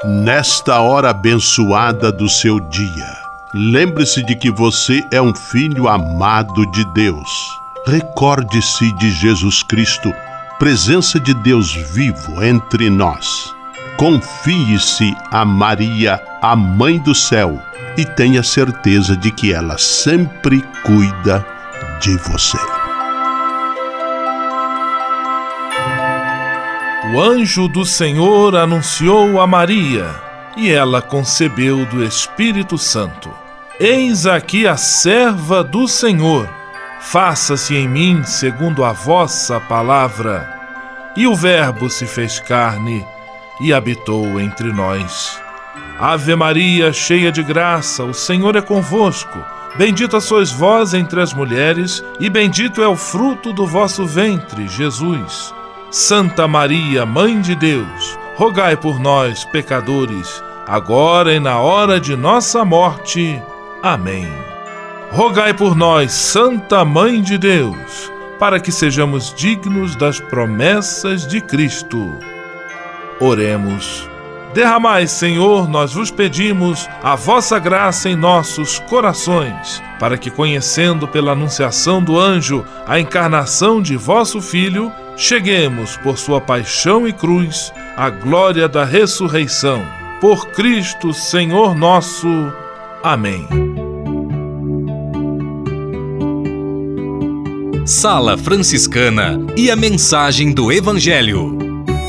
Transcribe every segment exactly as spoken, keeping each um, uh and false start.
Nesta hora abençoada do seu dia, lembre-se de que você é um filho amado de Deus. Recorde-se de Jesus Cristo, presença de Deus vivo entre nós. Confie-se a Maria, a Mãe do Céu, e tenha certeza de que ela sempre cuida de você. O anjo do Senhor anunciou a Maria, e ela concebeu do Espírito Santo. Eis aqui a serva do Senhor, faça-se em mim segundo a vossa palavra. E o Verbo se fez carne e habitou entre nós. Ave Maria, cheia de graça, o Senhor é convosco. Bendita sois vós entre as mulheres, e bendito é o fruto do vosso ventre, Jesus. Santa Maria, Mãe de Deus, rogai por nós, pecadores, agora e na hora de nossa morte. Amém. Rogai por nós, Santa Mãe de Deus, para que sejamos dignos das promessas de Cristo. Oremos. Derramai, Senhor, nós vos pedimos, a vossa graça em nossos corações, para que, conhecendo pela anunciação do anjo a encarnação de vosso Filho, cheguemos, por sua paixão e cruz, à glória da ressurreição. Por Cristo, Senhor nosso. Amém. Sala Franciscana e a mensagem do Evangelho.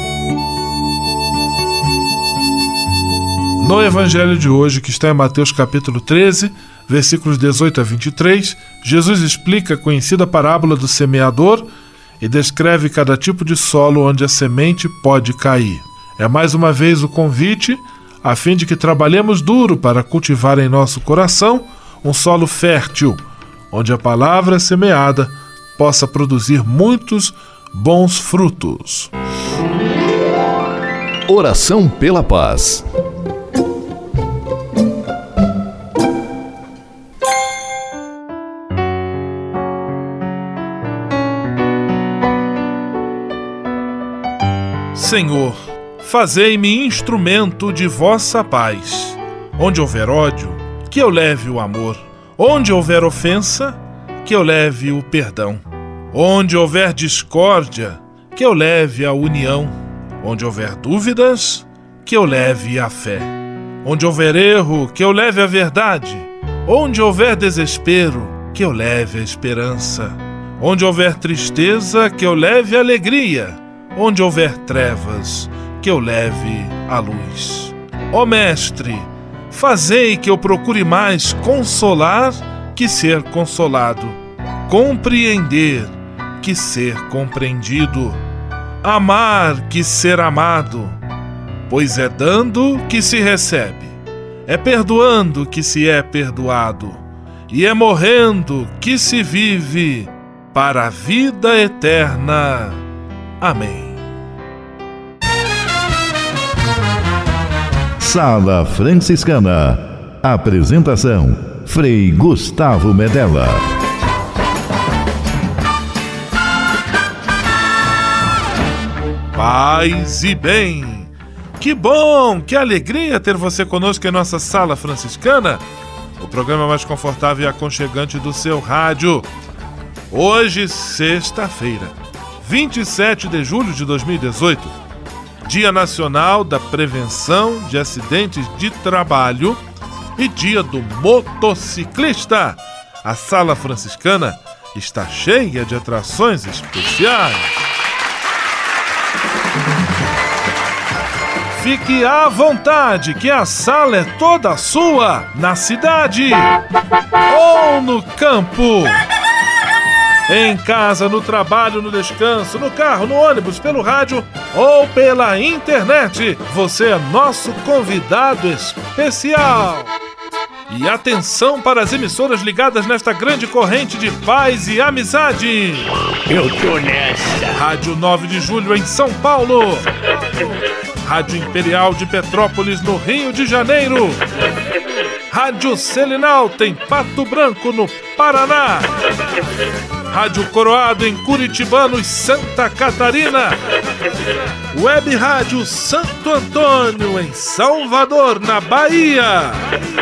No Evangelho de hoje, que está em Mateus capítulo treze, versículos dezoito a vinte e três, Jesus explica a conhecida parábola do semeador e descreve cada tipo de solo onde a semente pode cair. É mais uma vez o convite, a fim de que trabalhemos duro para cultivar em nosso coração um solo fértil, onde a palavra semeada possa produzir muitos bons frutos. Oração pela paz. Senhor, fazei-me instrumento de vossa paz. Onde houver ódio, que eu leve o amor. Onde houver ofensa, que eu leve o perdão. Onde houver discórdia, que eu leve a união. Onde houver dúvidas, que eu leve a fé. Onde houver erro, que eu leve a verdade. Onde houver desespero, que eu leve a esperança. Onde houver tristeza, que eu leve a alegria. Onde houver trevas, que eu leve a luz. Ó Mestre, fazei que eu procure mais consolar que ser consolado, compreender que ser compreendido, amar que ser amado, pois é dando que se recebe, é perdoando que se é perdoado, e é morrendo que se vive para a vida eterna. Amém. Sala Franciscana. Apresentação: Frei Gustavo Medella. Paz e bem. Que bom, que alegria ter você conosco em nossa Sala Franciscana, o programa mais confortável e aconchegante do seu rádio. Hoje, sexta-feira, vinte e sete de julho de dois mil e dezoito, Dia Nacional da Prevenção de Acidentes de Trabalho e Dia do Motociclista. A Sala Franciscana está cheia de atrações especiais. Fique à vontade, que a sala é toda sua, na cidade ou no campo. Em casa, no trabalho, no descanso, no carro, no ônibus, pelo rádio ou pela internet, você é nosso convidado especial. E atenção para as emissoras ligadas nesta grande corrente de paz e amizade. Eu tô nessa. Rádio nove de julho em São Paulo. Rádio Imperial de Petrópolis, no Rio de Janeiro. Rádio Selinalta em Pato Branco, no Paraná. Rádio Coroado em Curitibanos, Santa Catarina. Web Rádio Santo Antônio em Salvador, na Bahia.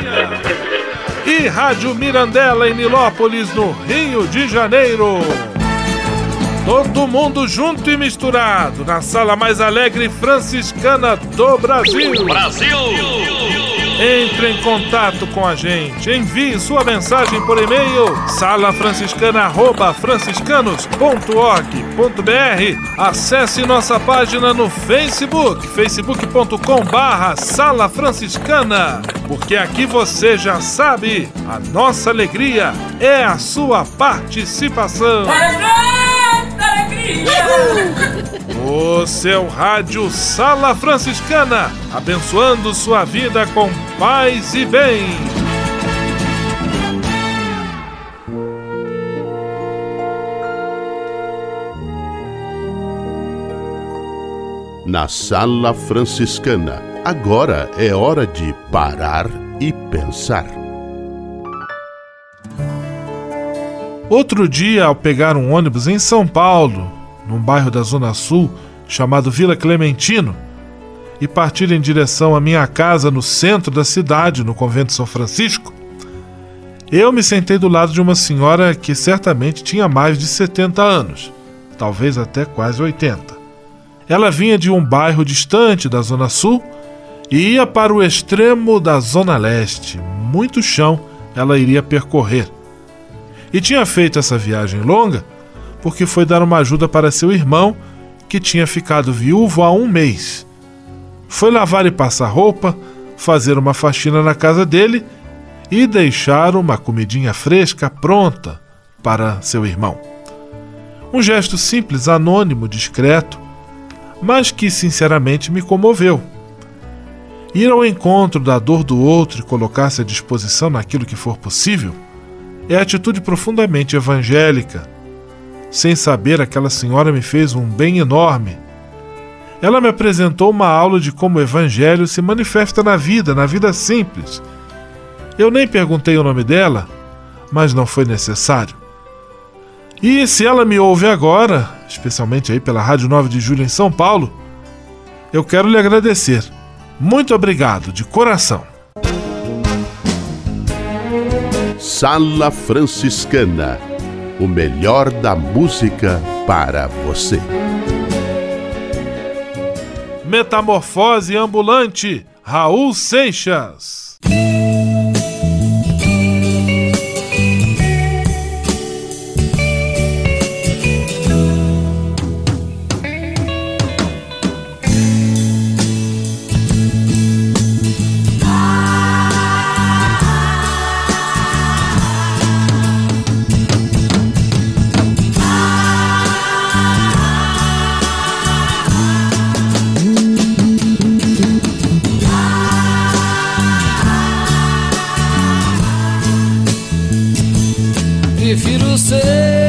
E Rádio Mirandela em Nilópolis, no Rio de Janeiro. Todo mundo junto e misturado na sala mais alegre franciscana do Brasil. Brasil! Entre em contato com a gente. Envie sua mensagem por e-mail sala franciscana arroba franciscanos ponto org ponto br. Acesse nossa página no Facebook, facebook ponto com barra sala franciscana. Porque aqui você já sabe, a nossa alegria é a sua participação. O seu rádio Sala Franciscana, abençoando sua vida com paz e bem. Na Sala Franciscana, agora é hora de parar e pensar. Outro dia, ao pegar um ônibus em São Paulo, num bairro da Zona Sul, chamado Vila Clementino, e partir em direção à minha casa no centro da cidade, no convento de São Francisco, eu me sentei do lado de uma senhora que certamente tinha mais de setenta anos, talvez até quase oitenta. Ela vinha de um bairro distante da Zona Sul e ia para o extremo da Zona Leste. Muito chão ela iria percorrer. E tinha feito essa viagem longa porque foi dar uma ajuda para seu irmão, que tinha ficado viúvo há um mês. Foi lavar e passar roupa, fazer uma faxina na casa dele e deixar uma comidinha fresca pronta para seu irmão. Um gesto simples, anônimo, discreto, mas que sinceramente me comoveu. Ir ao encontro da dor do outro e colocar-se à disposição naquilo que for possível é atitude profundamente evangélica. Sem saber, aquela senhora me fez um bem enorme. Ela me apresentou uma aula de como o evangelho se manifesta na vida, na vida simples. Eu nem perguntei o nome dela, mas não foi necessário. E se ela me ouve agora, especialmente aí pela Rádio nove de Julho em São Paulo, eu quero lhe agradecer. Muito obrigado, de coração. Sala Franciscana, o melhor da música para você. Metamorfose ambulante, Raul Seixas. Prefiro ser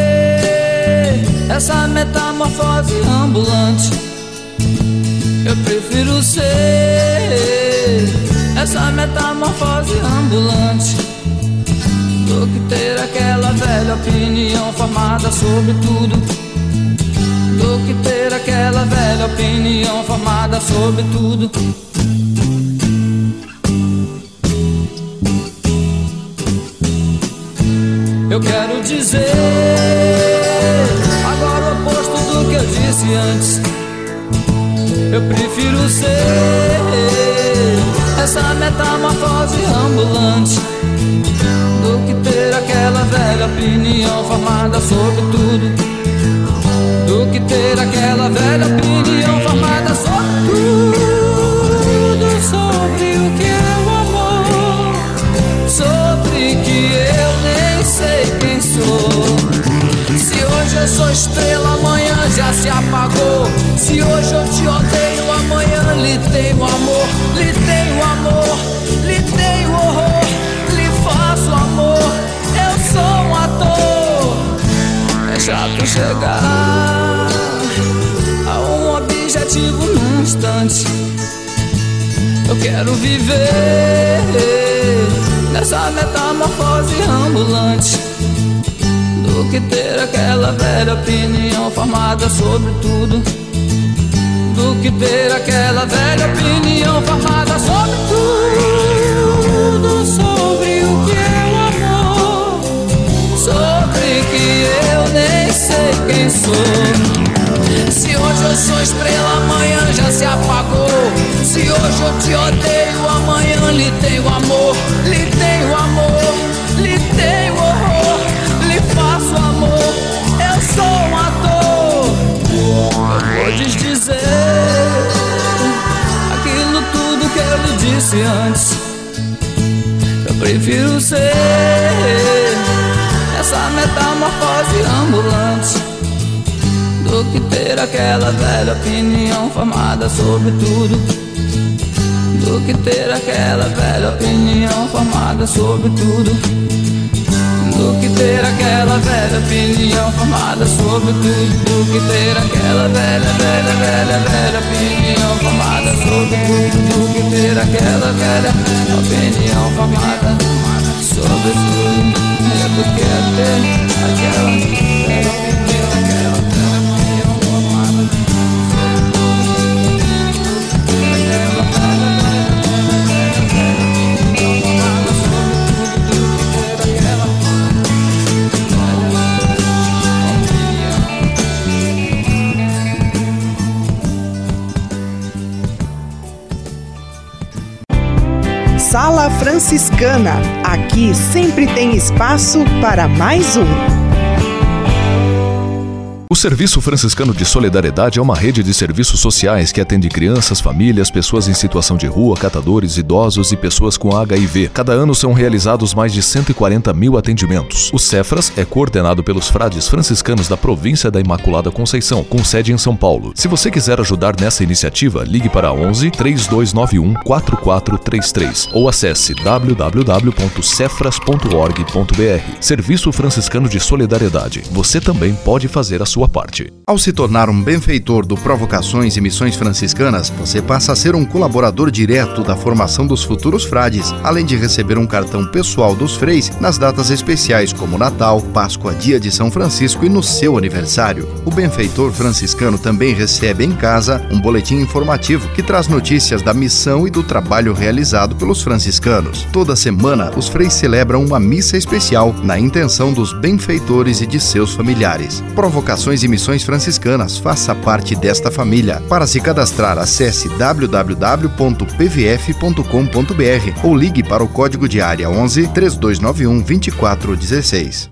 essa metamorfose ambulante. Eu prefiro ser essa metamorfose ambulante do que ter aquela velha opinião formada sobre tudo. Do que ter aquela velha opinião formada sobre tudo. Eu quero dizer agora o oposto do que eu disse antes. Eu prefiro ser essa metamorfose ambulante do que ter aquela velha opinião formada sobre tudo. Do que ter aquela velha opinião formada sobre tudo. Sobre o que é o amor, sobre que eu nem sei quem sou. Se hoje eu sou estrela, amanhã já se apagou. Se hoje eu te odeio, amanhã lhe tenho amor. Lhe tenho amor, lhe tenho horror, lhe faço amor. Eu sou um ator. É chato chegar a um objetivo num instante. Eu quero viver nessa metamorfose ambulante do que ter aquela velha opinião formada sobre tudo, do que ter aquela velha opinião formada sobre tudo, sobre o que é o amor, sobre que eu nem sei quem sou. Se hoje eu sou estrela, amanhã já se apagou. Se hoje eu te odeio, amanhã lhe tenho amor, lhe tenho amor, lhe tenho horror, lhe faço amor. Eu sou um ator. Eu podes dizer aquilo tudo que eu lhe disse antes. Eu prefiro ser essa metamorfose ambulante do que ter aquela velha opinião formada sobre tudo, do que ter aquela velha opinião formada sobre tudo, do que ter aquela velha opinião formada sobre tudo, do que ter aquela velha, velha, velha, velha opinião formada sobre tudo, do que ter aquela velha opinião formada sobre tudo, é do que é ter aquela velha opinião, aquela Sala Franciscana. Aqui sempre tem espaço para mais um. O Serviço Franciscano de Solidariedade é uma rede de serviços sociais que atende crianças, famílias, pessoas em situação de rua, catadores, idosos e pessoas com H I V. Cada ano são realizados mais de cento e quarenta mil atendimentos. O Cefras é coordenado pelos frades franciscanos da província da Imaculada Conceição, com sede em São Paulo. Se você quiser ajudar nessa iniciativa, ligue para onze, três dois nove um, quatro quatro três três ou acesse w w w ponto cefras ponto org ponto b r. Serviço Franciscano de Solidariedade. Você também pode fazer a sua parte. Ao se tornar um benfeitor do Provocações e Missões Franciscanas, você passa a ser um colaborador direto da formação dos futuros frades, além de receber um cartão pessoal dos freis nas datas especiais como Natal, Páscoa, Dia de São Francisco e no seu aniversário. O benfeitor franciscano também recebe em casa um boletim informativo que traz notícias da missão e do trabalho realizado pelos franciscanos. Toda semana, os freis celebram uma missa especial na intenção dos benfeitores e de seus familiares. Provocações e Missões Franciscanas, faça parte desta família. Para se cadastrar, acesse w w w ponto p v f ponto com ponto b r ou ligue para o código de área onze, três dois nove um, dois quatro um seis.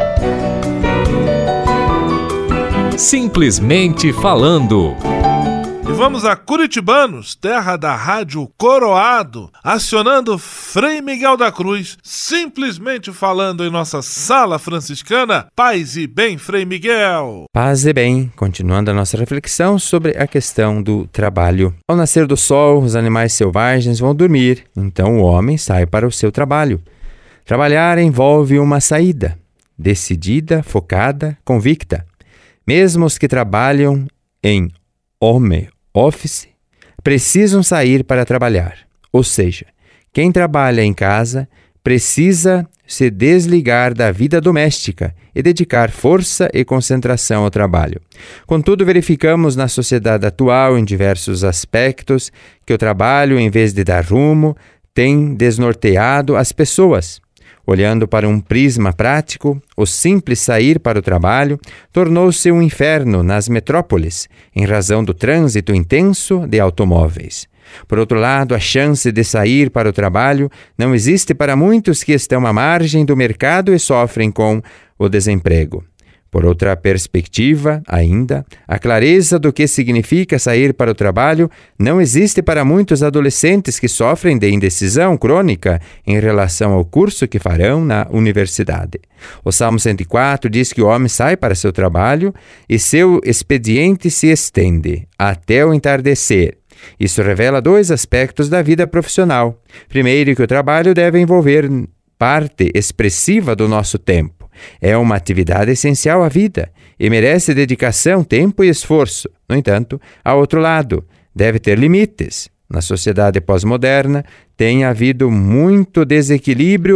Simplesmente falando. E vamos a Curitibanos, terra da Rádio Coroado, acionando Frei Miguel da Cruz, simplesmente falando em nossa sala franciscana. Paz e bem, Frei Miguel. Paz e bem, continuando a nossa reflexão sobre a questão do trabalho. Ao nascer do sol, os animais selvagens vão dormir, então o homem sai para o seu trabalho. Trabalhar envolve uma saída, decidida, focada, convicta. Mesmo os que trabalham em home office precisam sair para trabalhar. Ou seja, quem trabalha em casa precisa se desligar da vida doméstica e dedicar força e concentração ao trabalho. Contudo, verificamos na sociedade atual, em diversos aspectos, que o trabalho, em vez de dar rumo, tem desnorteado as pessoas. Olhando para um prisma prático, o simples sair para o trabalho tornou-se um inferno nas metrópoles, em razão do trânsito intenso de automóveis. Por outro lado, a chance de sair para o trabalho não existe para muitos que estão à margem do mercado e sofrem com o desemprego. Por outra perspectiva, ainda, a clareza do que significa sair para o trabalho não existe para muitos adolescentes que sofrem de indecisão crônica em relação ao curso que farão na universidade. O Salmo cento e quatro diz que o homem sai para seu trabalho e seu expediente se estende até o entardecer. Isso revela dois aspectos da vida profissional. Primeiro, que o trabalho deve envolver parte expressiva do nosso tempo. É uma atividade essencial à vida e merece dedicação, tempo e esforço. No entanto, ao outro lado, deve ter limites. Na sociedade pós-moderna, tem havido muito desequilíbrio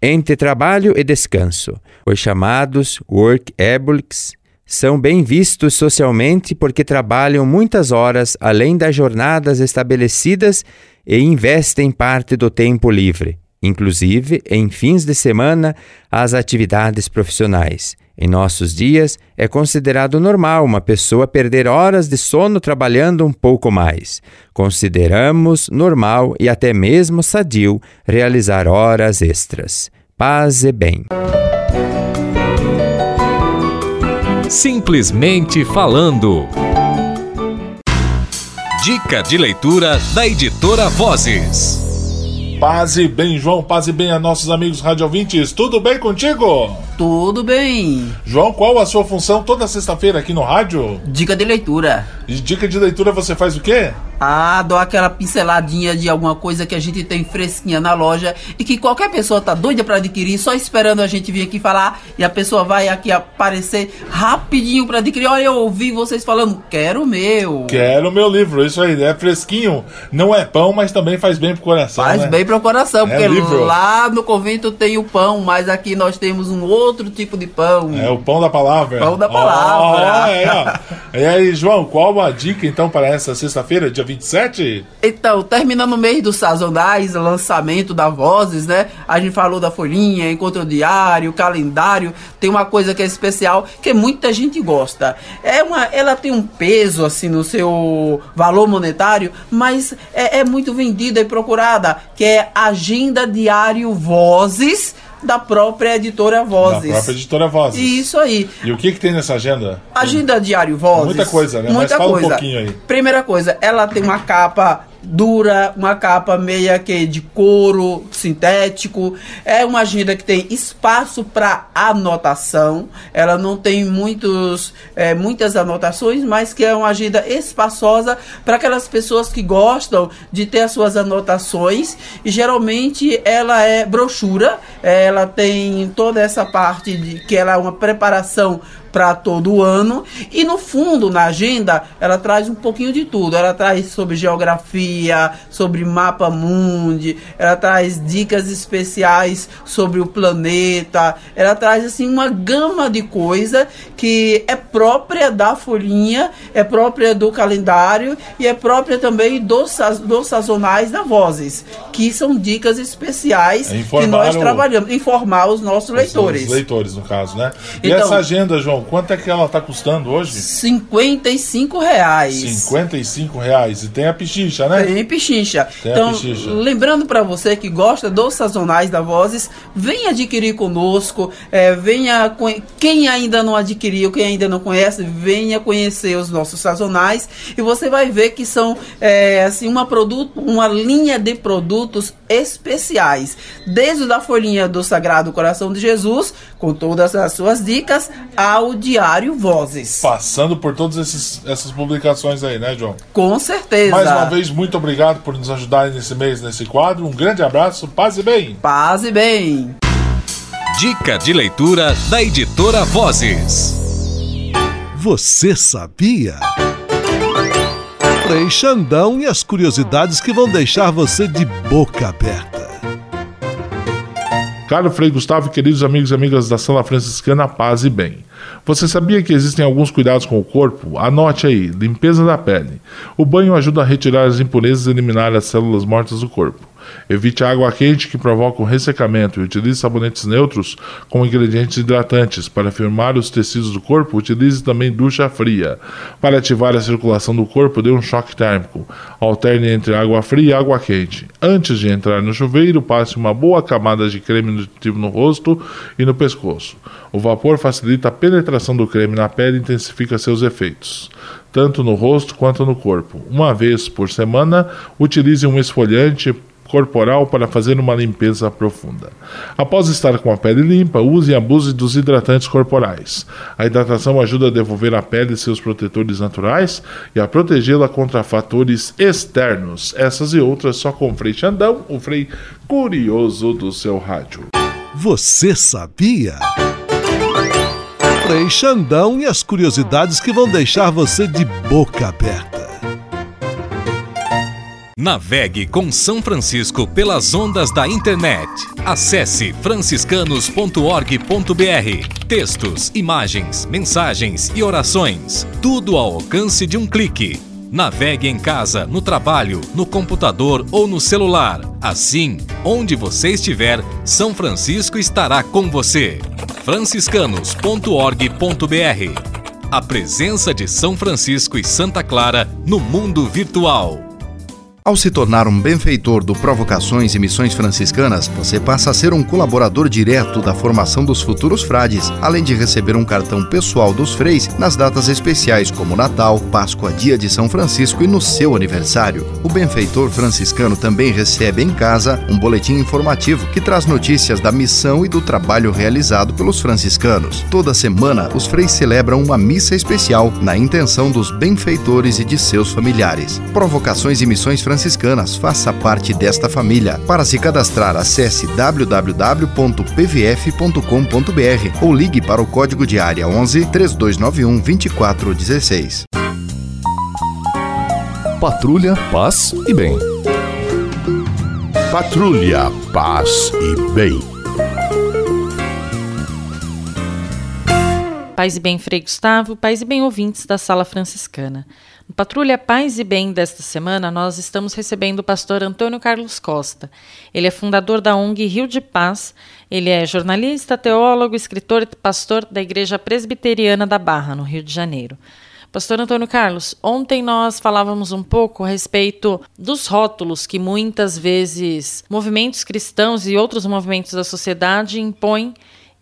entre trabalho e descanso. Os chamados workaholics são bem vistos socialmente porque trabalham muitas horas além das jornadas estabelecidas e investem parte do tempo livre, inclusive em fins de semana, às atividades profissionais. Em nossos dias, é considerado normal uma pessoa perder horas de sono trabalhando um pouco mais. Consideramos normal e até mesmo sadio realizar horas extras. Paz e bem. Simplesmente falando. Dica de leitura da editora Vozes. Paz e bem, João, paz e bem a nossos amigos radiovintes. Tudo bem contigo? Tudo bem. João, qual a sua função toda sexta-feira aqui no rádio? Dica de leitura. E dica de leitura você faz o quê? Ah, dou aquela pinceladinha de alguma coisa que a gente tem fresquinha na loja e que qualquer pessoa tá doida pra adquirir, só esperando a gente vir aqui falar, e a pessoa vai aqui aparecer rapidinho pra adquirir. Olha, eu ouvi vocês falando, quero o meu. Quero o meu livro, isso aí, é fresquinho. Não é pão, mas também faz bem pro coração, Faz né? bem pro coração, É porque livro. lá no convento tem o pão, mas aqui nós temos um outro tipo de pão. É o pão da palavra. Pão da palavra. Oh, é, ó. E aí, João, qual a dica então para essa sexta-feira, dia vinte e sete? Então, terminando o mês dos sazonais, lançamento da Vozes, né? A gente falou da folhinha, encontro diário, calendário. Tem uma coisa que é especial, que muita gente gosta. É uma, ela tem um peso, assim, no seu valor monetário, mas é, é muito vendida e procurada, que é Agenda Diário Vozes, da própria editora Vozes. Da própria editora Vozes. Isso aí. E o que que tem nessa agenda? Agenda Diário Vozes. Muita coisa, né? Muita Mas fala coisa. um pouquinho aí. Primeira coisa, ela tem uma capa dura, uma capa meia que de couro sintético. É uma agenda que tem espaço para anotação. Ela não tem muitos, é, muitas anotações, mas que é uma agenda espaçosa para aquelas pessoas que gostam de ter as suas anotações. E geralmente ela é brochura. Ela tem toda essa parte de que ela é uma preparação para todo o ano, e no fundo, na agenda, ela traz um pouquinho de tudo. Ela traz sobre geografia, sobre mapa mundi, ela traz dicas especiais sobre o planeta, ela traz assim uma gama de coisa que é própria da folhinha, é própria do calendário e é própria também dos, dos sazonais da Vozes, que são dicas especiais É que nós trabalhamos, informar os nossos leitores. Os leitores, no caso, né? E Então, essa agenda, João, quanto é que ela está custando hoje? cinquenta e cinco reais. cinquenta e cinco reais. E tem a pichincha, né? Tem pichincha. Tem então, a pichincha. Lembrando para você que gosta dos sazonais da Vozes, venha adquirir conosco, é, venha, quem ainda não adquiriu, quem ainda não conhece, venha conhecer os nossos sazonais, e você vai ver que são é, assim, uma, produto, uma linha de produtos especiais, desde a folhinha do Sagrado Coração de Jesus, com todas as suas dicas, ao Diário Vozes. Passando por todas esses, essas publicações aí, né, João? Com certeza. Mais uma vez, muito obrigado por nos ajudarem nesse mês, nesse quadro. Um grande abraço, paz e bem. Paz e bem. Dica de leitura da editora Vozes. Você sabia? Frei Xandão e as curiosidades que vão deixar você de boca aberta. Caro Frei Gustavo e queridos amigos e amigas da Sala Franciscana, paz e bem. Você sabia que existem alguns cuidados com o corpo? Anote aí: limpeza da pele. O banho ajuda a retirar as impurezas e eliminar as células mortas do corpo. Evite a água quente que provoca o ressecamento e utilize sabonetes neutros com ingredientes hidratantes. Para firmar os tecidos do corpo, utilize também ducha fria. Para ativar a circulação do corpo, dê um choque térmico. Alterne entre água fria e água quente. Antes de entrar no chuveiro, passe uma boa camada de creme nutritivo no rosto e no pescoço. O vapor facilita a penetração do creme na pele e intensifica seus efeitos, tanto no rosto quanto no corpo. Uma vez por semana, utilize um esfoliante corporal para fazer uma limpeza profunda. Após estar com a pele limpa, use e abuse dos hidratantes corporais. A hidratação ajuda a devolver à pele seus protetores naturais e a protegê-la contra fatores externos. Essas e outras só com o Frei Xandão, o Frei curioso do seu rádio. Você sabia? Frei Xandão e as curiosidades que vão deixar você de boca aberta. Navegue com São Francisco pelas ondas da internet. Acesse franciscanos ponto org ponto br. Textos, imagens, mensagens e orações. Tudo ao alcance de um clique. Navegue em casa, no trabalho, no computador ou no celular. Assim, onde você estiver, São Francisco estará com você. franciscanos ponto org ponto br. A presença de São Francisco e Santa Clara no mundo virtual. Ao se tornar um benfeitor do Provocações e Missões Franciscanas, você passa a ser um colaborador direto da formação dos futuros frades, além de receber um cartão pessoal dos freis nas datas especiais como Natal, Páscoa, Dia de São Francisco e no seu aniversário. O benfeitor franciscano também recebe em casa um boletim informativo que traz notícias da missão e do trabalho realizado pelos franciscanos. Toda semana, os freis celebram uma missa especial na intenção dos benfeitores e de seus familiares. Provocações e Missões Franciscanas Franciscanas, faça parte desta família. Para se cadastrar, acesse w w w ponto p v f ponto com ponto b r ou ligue para o código de área onze, três dois nove um, dois quatro um seis. Patrulha, paz e bem. Patrulha, paz e bem. Paz e bem, Frei Gustavo, paz e bem, ouvintes da Sala Franciscana. No Patrulha Paz e Bem desta semana, nós estamos recebendo o pastor Antônio Carlos Costa. Ele é fundador da O N G Rio de Paz, ele é jornalista, teólogo, escritor e pastor da Igreja Presbiteriana da Barra, no Rio de Janeiro. Pastor Antônio Carlos, ontem nós falávamos um pouco a respeito dos rótulos que muitas vezes movimentos cristãos e outros movimentos da sociedade impõem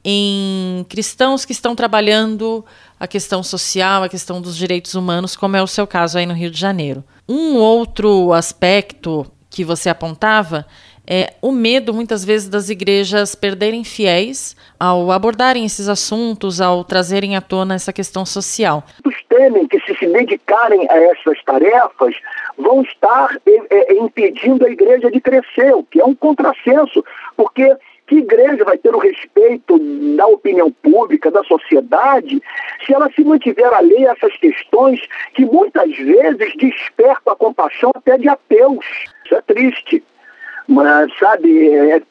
em cristãos que estão trabalhando a questão social, a questão dos direitos humanos, como é o seu caso aí no Rio de Janeiro. Um outro aspecto que você apontava é o medo, muitas vezes, das igrejas perderem fiéis ao abordarem esses assuntos, ao trazerem à tona essa questão social. Os temem que, se se dedicarem a essas tarefas, vão estar é, é, impedindo a igreja de crescer, o que é um contrassenso, porque que igreja vai ter o respeito da opinião pública, da sociedade, se ela se mantiver alheia a essas questões que muitas vezes despertam a compaixão até de ateus? Isso é triste. Mas, sabe, é,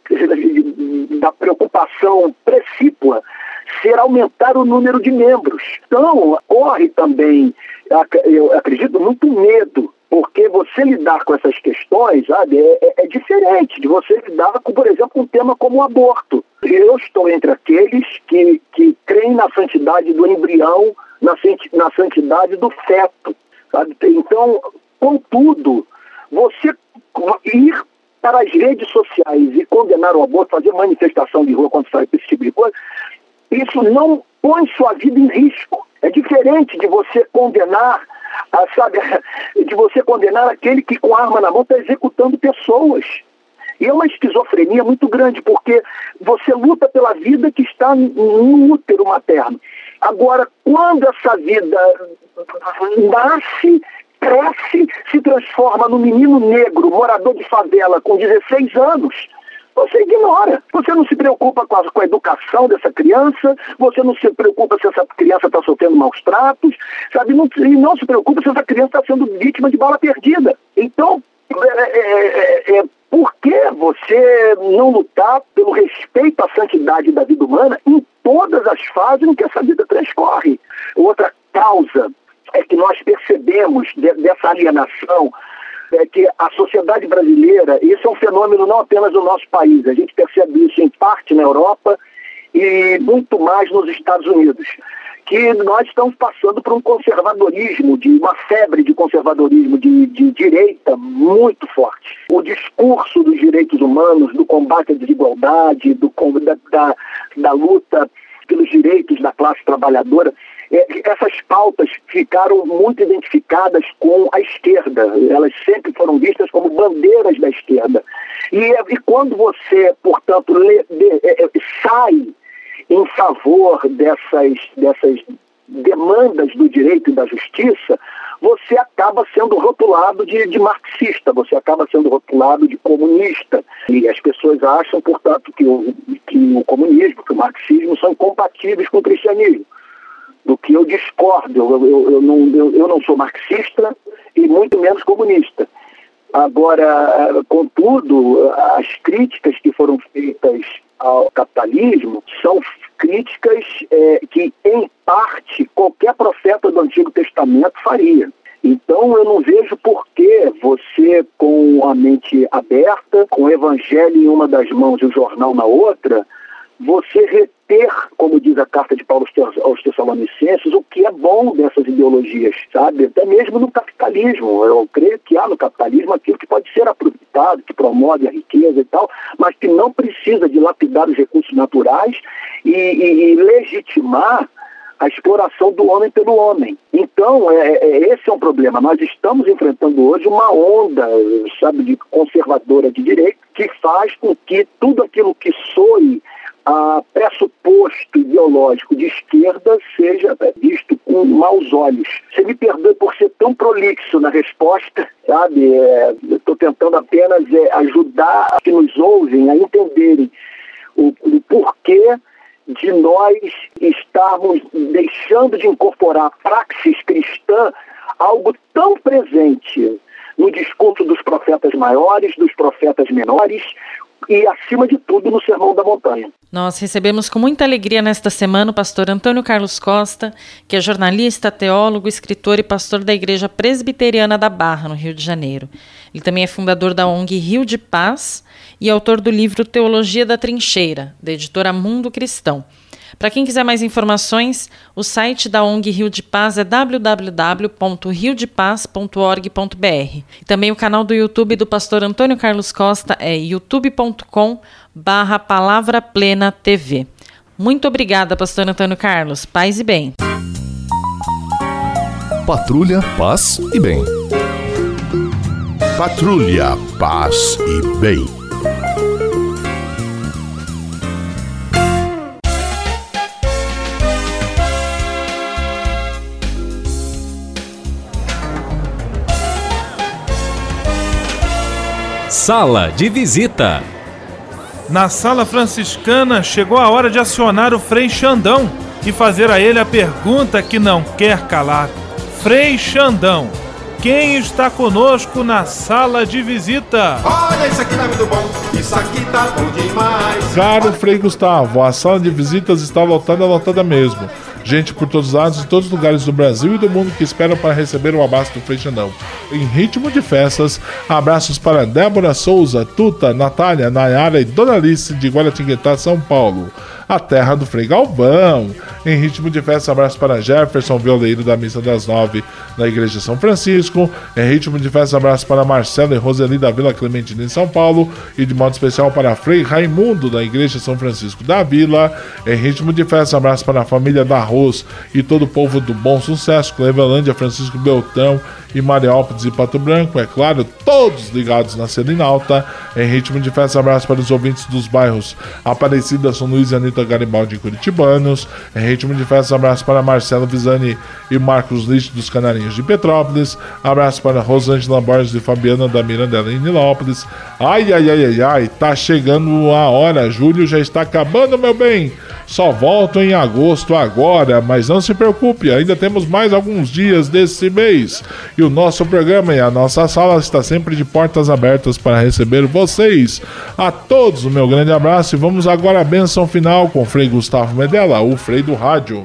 da preocupação precípua ser aumentar o número de membros. Então, corre também, eu acredito, muito medo, porque você lidar com essas questões, sabe, é, é diferente de você lidar com, por exemplo, um tema como o aborto. Eu estou entre aqueles que, que creem na santidade do embrião, na, na santidade do feto, sabe? Então, contudo, você ir para as redes sociais e condenar o aborto, fazer manifestação de rua contra esse tipo de coisa, isso não põe sua vida em risco. É diferente de você condenar, a, sabe, de você condenar aquele que com a arma na mão está executando pessoas. E é uma esquizofrenia muito grande, porque você luta pela vida que está no útero materno. Agora, quando essa vida nasce, cresce, se transforma num menino negro, morador de favela, com dezesseis anos, você ignora. Você não se preocupa com a, com a educação dessa criança, você não se preocupa se essa criança está sofrendo maus tratos, sabe? Não, e não se preocupa se essa criança está sendo vítima de bala perdida. Então, é, é, é, por que você não lutar pelo respeito à santidade da vida humana em todas as fases em que essa vida transcorre? Outra causa é que nós percebemos de, dessa alienação, é que a sociedade brasileira, isso é um fenômeno não apenas no nosso país, a gente percebe isso em parte na Europa e muito mais nos Estados Unidos, que nós estamos passando por um conservadorismo, de uma febre de conservadorismo de, de direita muito forte. O discurso dos direitos humanos, do combate à desigualdade, do, da, da, da luta pelos direitos da classe trabalhadora, essas pautas ficaram muito identificadas com a esquerda. Elas sempre foram vistas como bandeiras da esquerda. E, e quando você, portanto, le, de, é, sai em favor dessas, dessas demandas do direito e da justiça, você acaba sendo rotulado de, de marxista, você acaba sendo rotulado de comunista. E as pessoas acham, portanto, que o, que o comunismo, que o marxismo são incompatíveis com o cristianismo. Do que eu discordo, eu, eu, eu, não, eu, eu não sou marxista e muito menos comunista. Agora, contudo, as críticas que foram feitas ao capitalismo são críticas é, que, em parte, qualquer profeta do Antigo Testamento faria. Então, eu não vejo por que você, com a mente aberta, com o evangelho em uma das mãos e o jornal na outra, você reter, como diz a carta de Paulo aos Tessalonicenses, o que é bom dessas ideologias, sabe? Até mesmo no capitalismo. Eu creio que há no capitalismo aquilo que pode ser aproveitado, que promove a riqueza e tal, mas que não precisa dilapidar os recursos naturais e, e, e legitimar a exploração do homem pelo homem. Então, é, é, esse é um problema. Nós estamos enfrentando hoje uma onda, sabe, de conservadora de direita, que faz com que tudo aquilo que soe a pressuposto ideológico de esquerda seja visto com maus olhos. Você me perdoe por ser tão prolixo na resposta, sabe? É, estou tentando apenas é, ajudar os que nos ouvem a entenderem o, o porquê de nós estarmos deixando de incorporar a praxis cristã, algo tão presente no discurso dos profetas maiores, dos profetas menores e, acima de tudo, no Sermão da Montanha. Nós recebemos com muita alegria nesta semana o pastor Antônio Carlos Costa, que é jornalista, teólogo, escritor e pastor da Igreja Presbiteriana da Barra, no Rio de Janeiro. Ele também é fundador da O N G Rio de Paz e autor do livro Teologia da Trincheira, da editora Mundo Cristão. Para quem quiser mais informações, o site da O N G Rio de Paz é w w w ponto rio de paz ponto org ponto b r. E também o canal do YouTube do pastor Antônio Carlos Costa é youtube ponto com barra palavra plena T V. Muito obrigada, pastor Antônio Carlos. Paz e bem. Patrulha, paz e bem. Patrulha, paz e bem. Sala de visita. Na sala franciscana chegou a hora de acionar o Frei Xandão e fazer a ele a pergunta que não quer calar. Frei Xandão, quem está conosco na sala de visita? Olha, isso aqui tá muito bom, isso aqui tá bom demais. Caro Frei Gustavo, a sala de visitas está lotada, lotada mesmo. Gente por todos os lados, de todos os lugares do Brasil e do mundo que esperam para receber o abraço do Frei Xandão. Em ritmo de festas, abraços para Débora Souza, Tuta, Natália, Nayara e Dona Alice de Guaratinguetá, São Paulo. A terra do Frei Galvão. Em ritmo de festa, abraço para Jefferson, violeiro da Missa das Nove, na Igreja São Francisco. Em ritmo de festa, abraço para Marcelo e Roseli da Vila Clementina em São Paulo. E de modo especial para Frei Raimundo, da Igreja São Francisco da Vila. Em ritmo de festa, abraço para a família da Arroz e todo o povo do Bom Sucesso, Clevelândia, Francisco Beltrão e Mariópolis e Pato Branco, é claro, todos ligados na Selinalta. Em ritmo de festa, abraço para os ouvintes dos bairros Aparecida, São Luís e Anitta Garibaldi e Curitibanos. Em ritmo de festa, abraço para Marcelo Visani e Marcos Lixo dos Canarinhos de Petrópolis. Abraço para Rosângela Borges e Fabiana da Mirandela em Nilópolis. Ai, ai, ai, ai, ai, tá chegando a hora, julho já está acabando, meu bem. Só volto em agosto agora, mas não se preocupe, ainda temos mais alguns dias desse mês. E o nosso programa e a nossa sala está sempre de portas abertas para receber vocês. A todos, o meu grande abraço e vamos agora à bênção final com o Frei Gustavo Medella, o Frei do Rádio.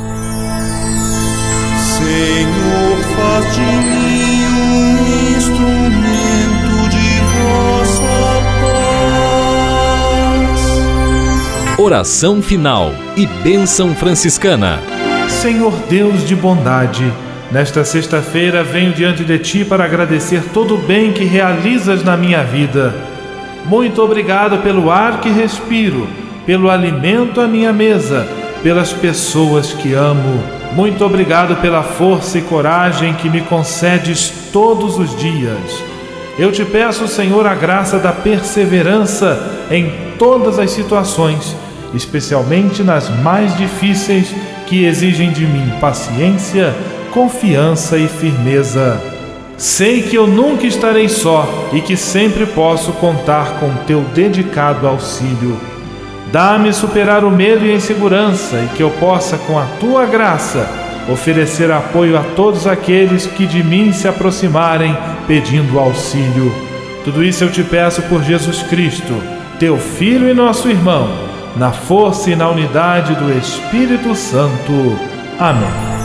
Senhor, faz de mim um instrumento de vossa paz. Oração final e bênção franciscana. Senhor Deus de bondade, nesta sexta-feira venho diante de Ti para agradecer todo o bem que realizas na minha vida. Muito obrigado pelo ar que respiro, pelo alimento à minha mesa, pelas pessoas que amo. Muito obrigado pela força e coragem que me concedes todos os dias. Eu te peço, Senhor, a graça da perseverança em todas as situações, especialmente nas mais difíceis, que exigem de mim paciência, confiança e firmeza. Sei que eu nunca estarei só e que sempre posso contar com teu dedicado auxílio. Dá-me superar o medo e a insegurança e que eu possa, com a tua graça, oferecer apoio a todos aqueles que de mim se aproximarem pedindo auxílio. Tudo isso eu te peço por Jesus Cristo, teu Filho e nosso irmão, na força e na unidade do Espírito Santo. Amém.